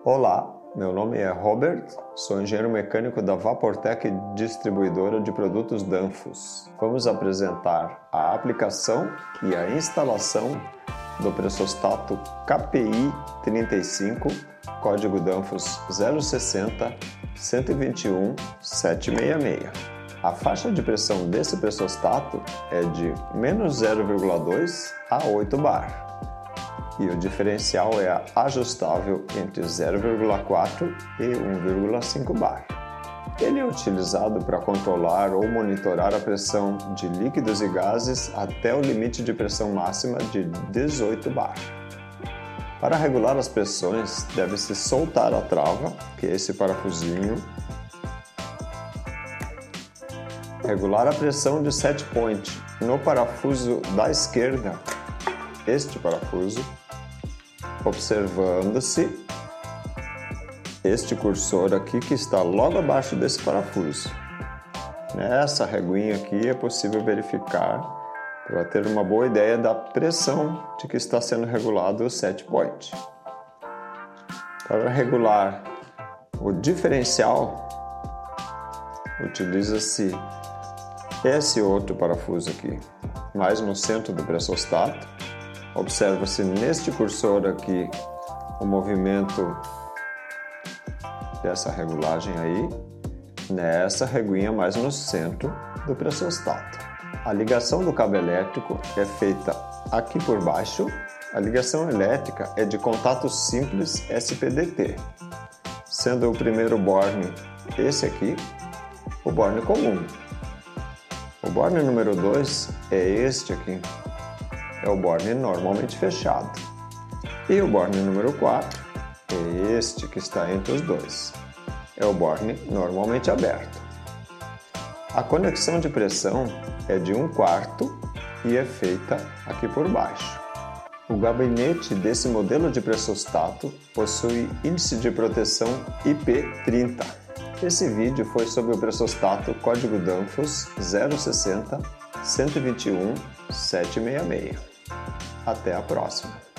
Olá, meu nome é Robert, sou engenheiro mecânico da Vaportec Distribuidora de Produtos Danfoss. Vamos apresentar a aplicação e a instalação do pressostato KPI 35, código Danfoss 060 121 766. A faixa de pressão desse pressostato é de menos 0,2 a 8 bar. E o diferencial é ajustável entre 0,4 e 1,5 bar. Ele é utilizado para controlar ou monitorar a pressão de líquidos e gases até o limite de pressão máxima de 18 bar. Para regular as pressões, deve-se soltar a trava, que é esse parafusinho, regular a pressão de set point no parafuso da esquerda, este parafuso, observando-se este cursor aqui que está logo abaixo desse parafuso. Nessa reguinha aqui é possível verificar para ter uma boa ideia da pressão de que está sendo regulado o set point. Para regular o diferencial, utiliza-se esse outro parafuso aqui, mais no centro do pressostato. Observa-se neste cursor aqui o movimento dessa regulagem aí, nessa reguinha mais no centro do pressostato. A ligação do cabo elétrico é feita aqui por baixo. A ligação elétrica é de contato simples SPDT, sendo o primeiro borne esse aqui, o borne comum. O borne número 2 é este aqui. É o borne normalmente fechado. E o borne número 4 é este que está entre os dois. É o borne normalmente aberto. A conexão de pressão é de 1/4 e é feita aqui por baixo. O gabinete desse modelo de pressostato possui índice de proteção IP30. Esse vídeo foi sobre o pressostato código Danfoss 060 121 766. Até a próxima!